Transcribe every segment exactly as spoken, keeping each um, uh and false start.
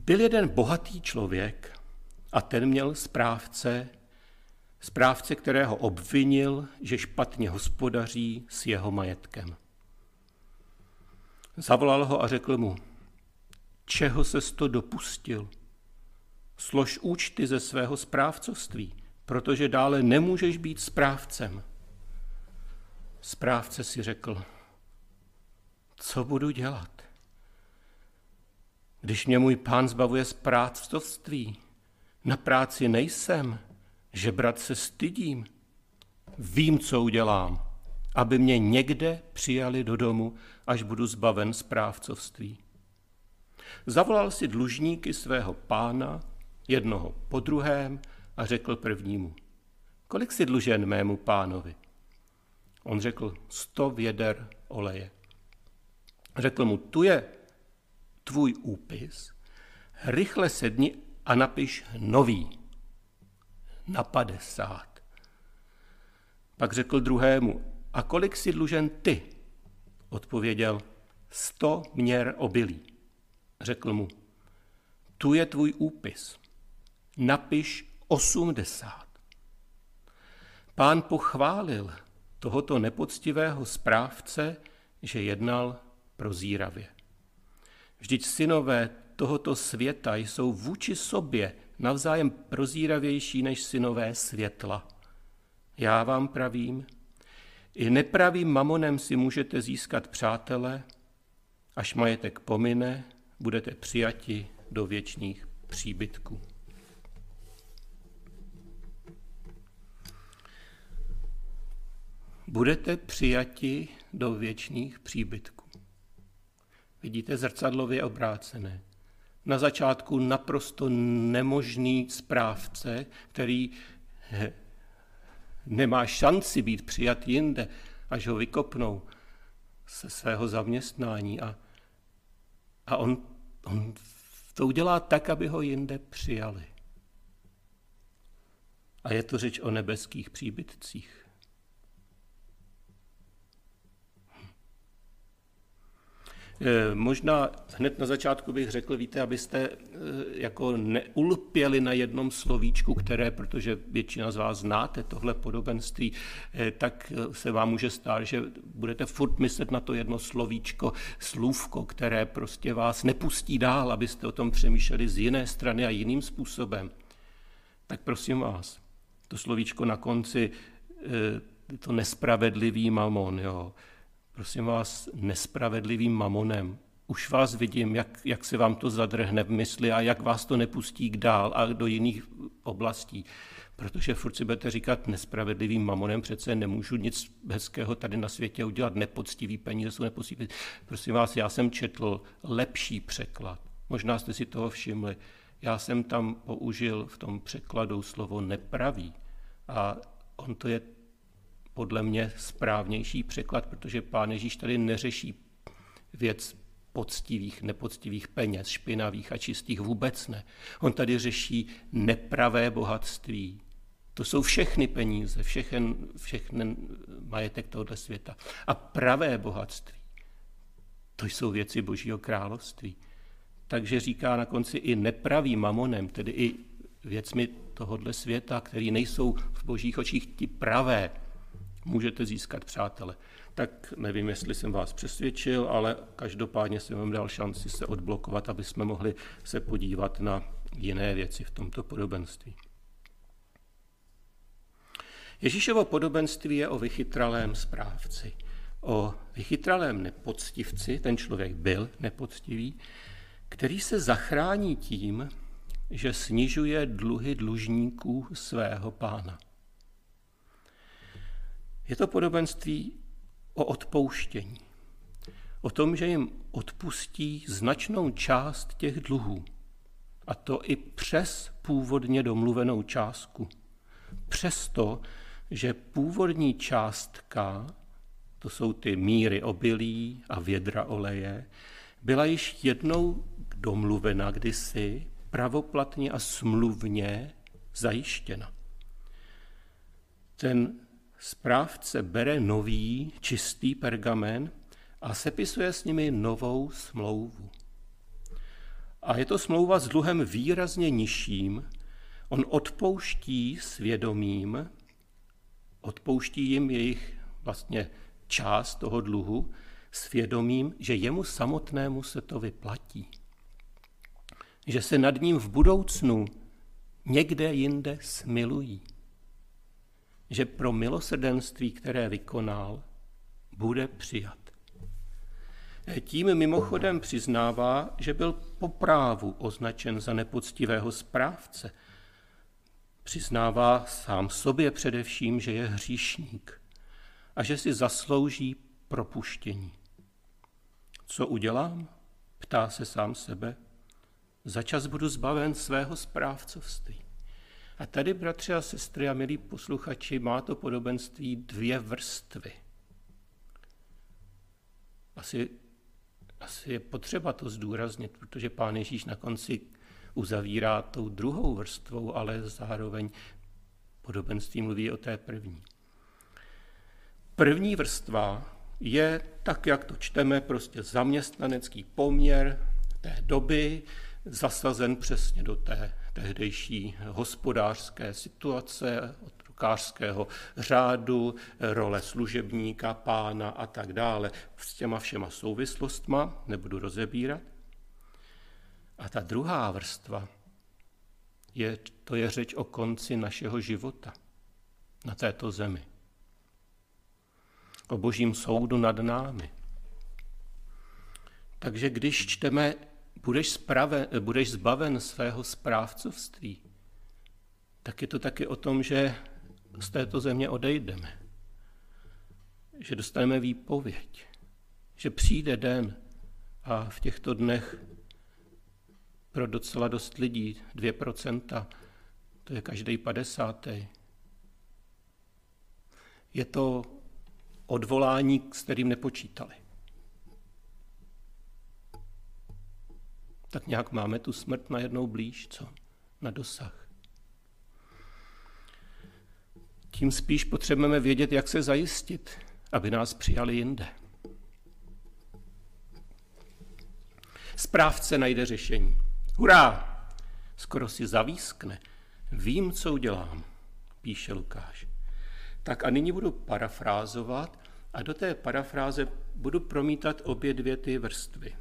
Byl jeden bohatý člověk a ten měl správce, správce, kterého obvinil, že špatně hospodaří s jeho majetkem. Zavolal ho a řekl mu, čeho ses to dopustil? Slož účty ze svého správcovství, protože dále nemůžeš být správcem. Správce si řekl, co budu dělat? Když mě můj pán zbavuje správcovství, na práci nejsem, žebrat se stydím. Vím, co udělám, aby mě někde přijali do domu, až budu zbaven správcovství. Zavolal si dlužníky svého pána, jednoho po druhém, a řekl prvnímu, kolik si dlužen mému pánovi? On řekl, sto věder oleje. Řekl mu, tu je tvůj úpis, rychle sedni a napiš nový, na padesát. Pak řekl druhému, a kolik si dlužen ty? Odpověděl, sto měr obilí. Řekl mu, tu je tvůj úpis, napiš osmdesát. Pán pochválil tohoto nepoctivého správce, že jednal prozíravě. Vždyť synové tohoto světa jsou vůči sobě navzájem prozíravější než synové světla. Já vám pravím, i nepravým mamonem si můžete získat přátele, až majetek pomine, budete přijati do věčných příbytků. Budete přijati do věčných příbytků. Vidíte, zrcadlově obrácené. Na začátku naprosto nemožný správce, který nemá šanci být přijat jinde, až ho vykopnou se svého zaměstnání. A, a on, on to udělá tak, aby ho jinde přijali. A je to řeč o nebeských příbytcích. Možná hned na začátku bych řekl, víte, abyste jako neulpěli na jednom slovíčku, které, protože většina z vás znáte tohle podobenství, tak se vám může stát, že budete furt myslet na to jedno slovíčko, slůvko, které prostě vás nepustí dál, abyste o tom přemýšleli z jiné strany a jiným způsobem. Tak prosím vás, to slovíčko na konci, to nespravedlivý mamon, jo. Prosím vás, nespravedlivým mamonem. Už vás vidím, jak, jak se vám to zadrhne v mysli a jak vás to nepustí k dál a do jiných oblastí. Protože furt si budete říkat nespravedlivým mamonem, přece nemůžu nic hezkého tady na světě udělat, nepoctivý peníze jsou nepoctiví. Prosím vás, já jsem četl lepší překlad. Možná jste si toho všimli. Já jsem tam použil v tom překladu slovo nepravý. A on to je podle mě správnější překlad, protože Pán Ježíš tady neřeší věc poctivých, nepoctivých peněz, špinavých a čistých, vůbec ne. On tady řeší nepravé bohatství. To jsou všechny peníze, všechen, všechny majetek tohoto světa. A pravé bohatství, to jsou věci Božího království. Takže říká na konci i nepravým mamonem, tedy i věcmi tohoto světa, které nejsou v Božích očích ti pravé, můžete získat přátele. Tak nevím, jestli jsem vás přesvědčil, ale každopádně jsem vám dal šanci se odblokovat, aby jsme mohli se podívat na jiné věci v tomto podobenství. Ježíšovo podobenství je o vychytralém správci, o vychytralém nepoctivci, ten člověk byl nepoctivý, který se zachrání tím, že snižuje dluhy dlužníků svého pána. Je to podobenství o odpouštění. O tom, že jim odpustí značnou část těch dluhů. A to i přes původně domluvenou částku. Přesto, že původní částka, to jsou ty míry obilí a vědra oleje, byla již jednou domluvena kdysi pravoplatně a smluvně zajištěna. Ten správce bere nový, čistý pergamen a sepisuje s nimi novou smlouvu. A je to smlouva s dluhem výrazně nižším. On odpouští svědomím, odpouští jim jejich vlastně část toho dluhu, svědomím, že jemu samotnému se to vyplatí. Že se nad ním v budoucnu někde jinde smilují. Že pro milosrdenství, které vykonal, bude přijat. Tím mimochodem přiznává, že byl po právu označen za nepoctivého správce. Přiznává sám sobě především, že je hříšník a že si zaslouží propuštění. Co udělám? Ptá se sám sebe. Začas budu zbaven svého správcovství. A tady, bratři a sestry a milí posluchači, má to podobenství dvě vrstvy. Asi, asi je potřeba to zdůraznit, protože Pán Ježíš na konci uzavírá tou druhou vrstvou, ale zároveň podobenství mluví o té první. První vrstva je, tak jak to čteme, prostě zaměstnanecký poměr té doby, zasazen přesně do té tehdejší hospodářské situace, otrokářského řádu, role služebníka, pána a tak dále. S těma všema souvislostma nebudu rozebírat. A ta druhá vrstva, je, to je řeč o konci našeho života na této zemi. O božím soudu nad námi. Takže když čteme, budeš, sprave, budeš zbaven svého správcovství, tak je to taky o tom, že z této země odejdeme. Že dostaneme výpověď. Že přijde den a v těchto dnech pro docela dost lidí, dvě procenta, to je každý padesátý. Je to odvolání, s kterým nepočítali. Tak nějak máme tu smrt najednou blíž, co? Na dosah. Tím spíš potřebujeme vědět, jak se zajistit, aby nás přijali jinde. Správce najde řešení. Hurá! Skoro si zavískne. Vím, co udělám, píše Lukáš. Tak a nyní budu parafrázovat a do té parafráze budu promítat obě dvě ty vrstvy.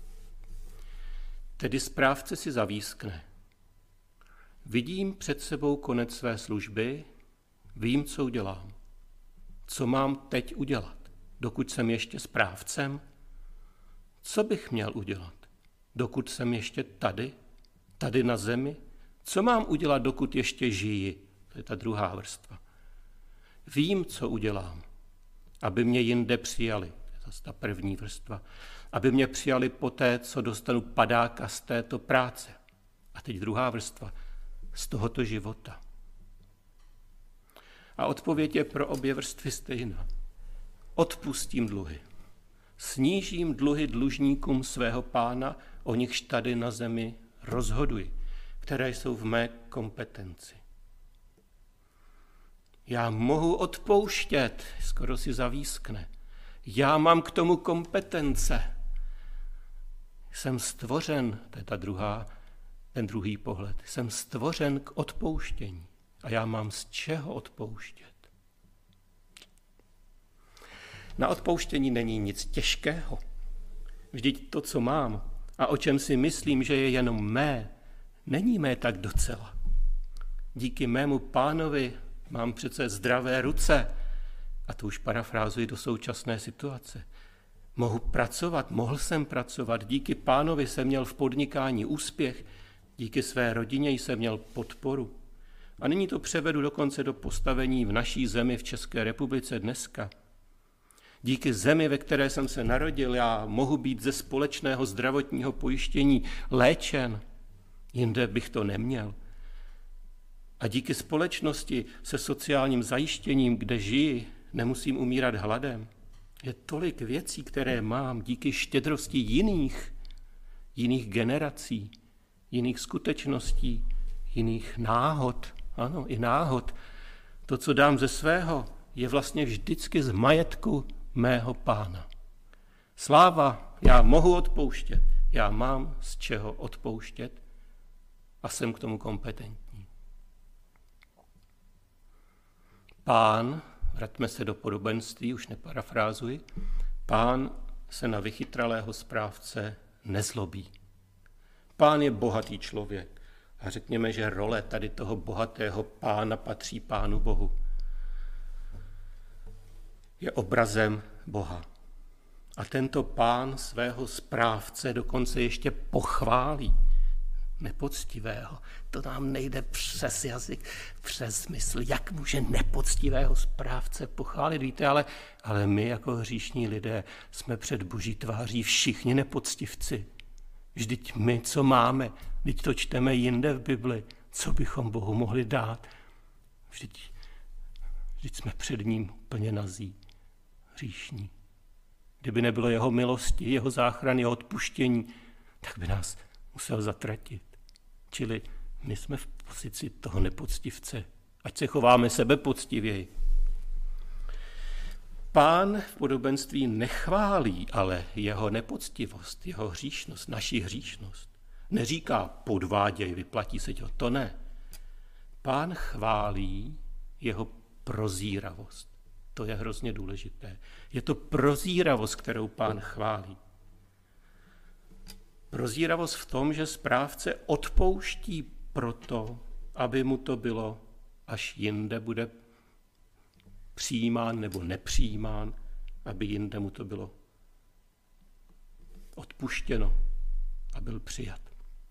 Tedy správce si zavískne. Vidím před sebou konec své služby, vím, co udělám. Co mám teď udělat, dokud jsem ještě správcem? Co bych měl udělat, dokud jsem ještě tady, tady na zemi? Co mám udělat, dokud ještě žiji? To je ta druhá vrstva. Vím, co udělám, aby mě jinde přijali. To je zase ta první vrstva. Aby mě přijali poté, co dostanu padáka z této práce. A teď druhá vrstva. Z tohoto života. A odpověď je pro obě vrstvy stejná. Odpustím dluhy. Snížím dluhy dlužníkům svého pána, o nichž tady na zemi rozhoduji, které jsou v mé kompetenci. Já mohu odpouštět, skoro si zavískne. Já mám k tomu kompetence. Jsem stvořen, to je ta druhá, ten druhý pohled, jsem stvořen k odpouštění. A já mám z čeho odpouštět. Na odpouštění není nic těžkého. Vždyť to, co mám a o čem si myslím, že je jenom mé, není mé tak docela. Díky mému pánovi mám přece zdravé ruce. A to už parafrázuji do současné situace. Mohu pracovat, mohl jsem pracovat, díky pánovi jsem měl v podnikání úspěch, díky své rodině jsem měl podporu. A nyní to převedu dokonce do postavení v naší zemi v České republice dneska. Díky zemi, ve které jsem se narodil, já mohu být ze společného zdravotního pojištění léčen, jinde bych to neměl. A díky společnosti se sociálním zajištěním, kde žiji, nemusím umírat hladem. Je tolik věcí, které mám díky štědrosti jiných, jiných generací, jiných skutečností, jiných náhod. Ano, i náhod. To, co dám ze svého, je vlastně vždycky z majetku mého pána. Sláva, já mohu odpouštět, Já mám z čeho odpouštět a jsem k tomu kompetentní. Pán, vraťme se do podobenství, už neparafrázuji, Pán se na vychytralého správce nezlobí. Pán je bohatý člověk a řekněme, že role tady toho bohatého pána patří Pánu Bohu. Je obrazem Boha. A tento pán svého správce dokonce ještě pochválí. Nepoctivého. To nám nejde přes jazyk, přes mysl. Jak může nepoctivého správce pochválit? Víte, ale, ale my jako hříšní lidé jsme před Boží tváří všichni nepoctivci. Vždyť my, co máme, vždyť to čteme jinde v Bibli, co bychom Bohu mohli dát. Vždyť, vždyť jsme před ním úplně nazí, hříšní. Kdyby nebylo jeho milosti, jeho záchrany, jeho odpuštění, tak by nás musel zatratit. Čili my jsme v pozici toho nepoctivce, ať se chováme sebepoctivěji. Pán v podobenství nechválí ale jeho nepoctivost, jeho hříšnost, naši hříšnost. Neříká podváděj, vyplatí se to, to ne. Pán chválí jeho prozíravost. To je hrozně důležité. Je to prozíravost, kterou Pán chválí. Prozíravost v tom, že správce odpouští proto, aby mu to bylo, až jinde bude přijímán nebo nepřijímán, aby jinde mu to bylo odpuštěno a byl přijat.